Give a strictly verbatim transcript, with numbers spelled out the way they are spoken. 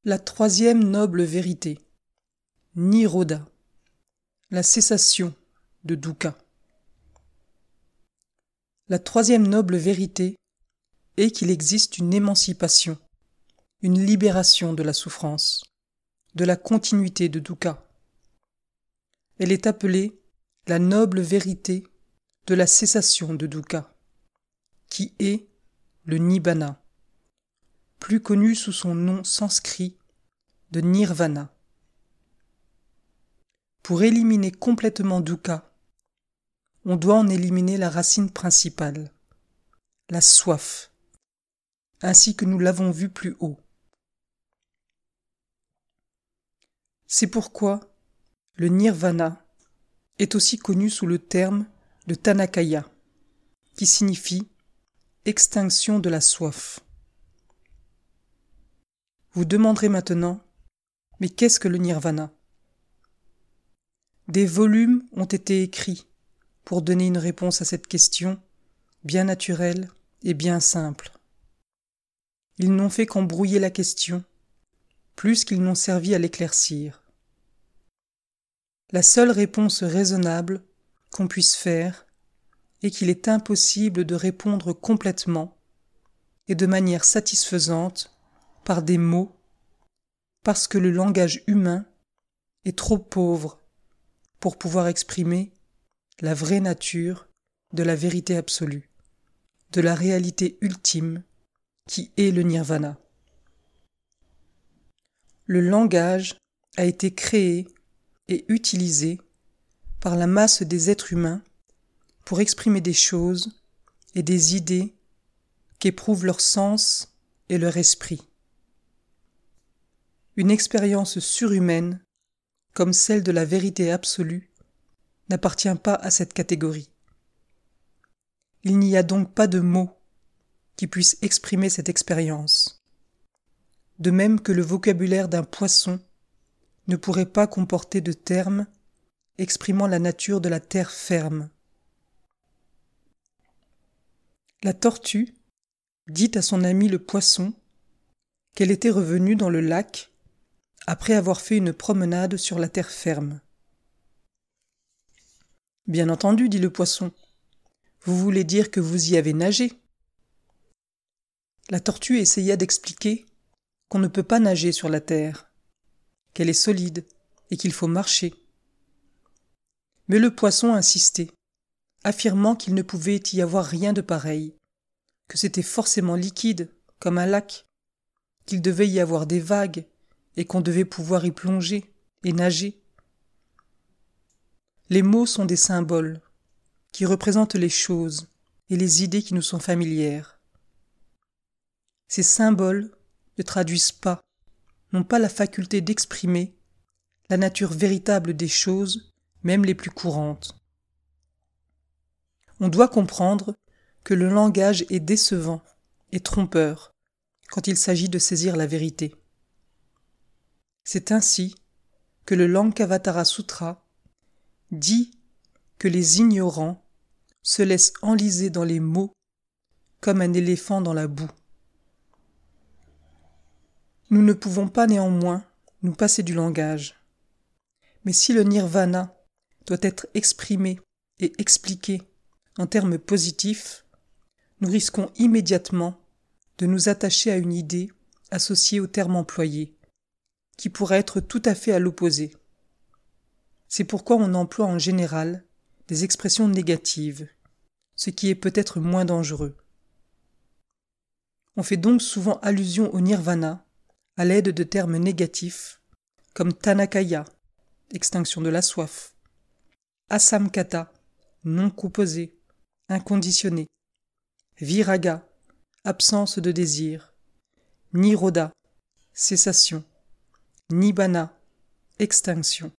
La troisième noble vérité, Nirodha, la cessation de dukkha. La troisième noble vérité est qu'il existe une émancipation, une libération de la souffrance, de la continuité de dukkha. Elle est appelée la noble vérité de la cessation de dukkha, qui est le nibbana, plus connu sous son nom sanskrit de nirvana. Pour éliminer complètement dukkha, on doit en éliminer la racine principale, la soif, ainsi que nous l'avons vu plus haut. C'est pourquoi le nirvana est aussi connu sous le terme de Tanakaya, qui signifie extinction de la soif. Vous demanderez maintenant, mais qu'est-ce que le nirvana ? Des volumes ont été écrits pour donner une réponse à cette question bien naturelle et bien simple. Ils n'ont fait qu'embrouiller la question, plus qu'ils n'ont servi à l'éclaircir. La seule réponse raisonnable qu'on puisse faire est qu'il est impossible de répondre complètement et de manière satisfaisante par des mots, parce que le langage humain est trop pauvre pour pouvoir exprimer la vraie nature de la vérité absolue, de la réalité ultime qui est le nirvana. Le langage a été créé et utilisé par la masse des êtres humains pour exprimer des choses et des idées qu'éprouvent leur sens et leur esprit. Une expérience surhumaine, comme celle de la vérité absolue, n'appartient pas à cette catégorie. Il n'y a donc pas de mots qui puissent exprimer cette expérience, de même que le vocabulaire d'un poisson ne pourrait pas comporter de termes exprimant la nature de la terre ferme. La tortue dit à son ami le poisson qu'elle était revenue dans le lac après avoir fait une promenade sur la terre ferme. « Bien entendu, dit le poisson, vous voulez dire que vous y avez nagé. » La tortue essaya d'expliquer qu'on ne peut pas nager sur la terre, qu'elle est solide et qu'il faut marcher. Mais le poisson insistait, affirmant qu'il ne pouvait y avoir rien de pareil, que c'était forcément liquide, comme un lac, qu'il devait y avoir des vagues et qu'on devait pouvoir y plonger et nager. Les mots sont des symboles qui représentent les choses et les idées qui nous sont familières. Ces symboles ne traduisent pas, n'ont pas la faculté d'exprimer la nature véritable des choses, même les plus courantes. On doit comprendre que le langage est décevant et trompeur quand il s'agit de saisir la vérité. C'est ainsi que le Lankavatara Sutra dit que les ignorants se laissent enliser dans les mots comme un éléphant dans la boue. Nous ne pouvons pas néanmoins nous passer du langage. Mais si le nirvana doit être exprimé et expliqué en termes positifs, nous risquons immédiatement de nous attacher à une idée associée au terme employé, qui pourrait être tout à fait à l'opposé. C'est pourquoi on emploie en général des expressions négatives, ce qui est peut-être moins dangereux. On fait donc souvent allusion au nirvana à l'aide de termes négatifs comme Tanakaya, extinction de la soif, Asamkata, non composé, inconditionné, Viraga, absence de désir, Nirodha, cessation, Nibbana, extinction.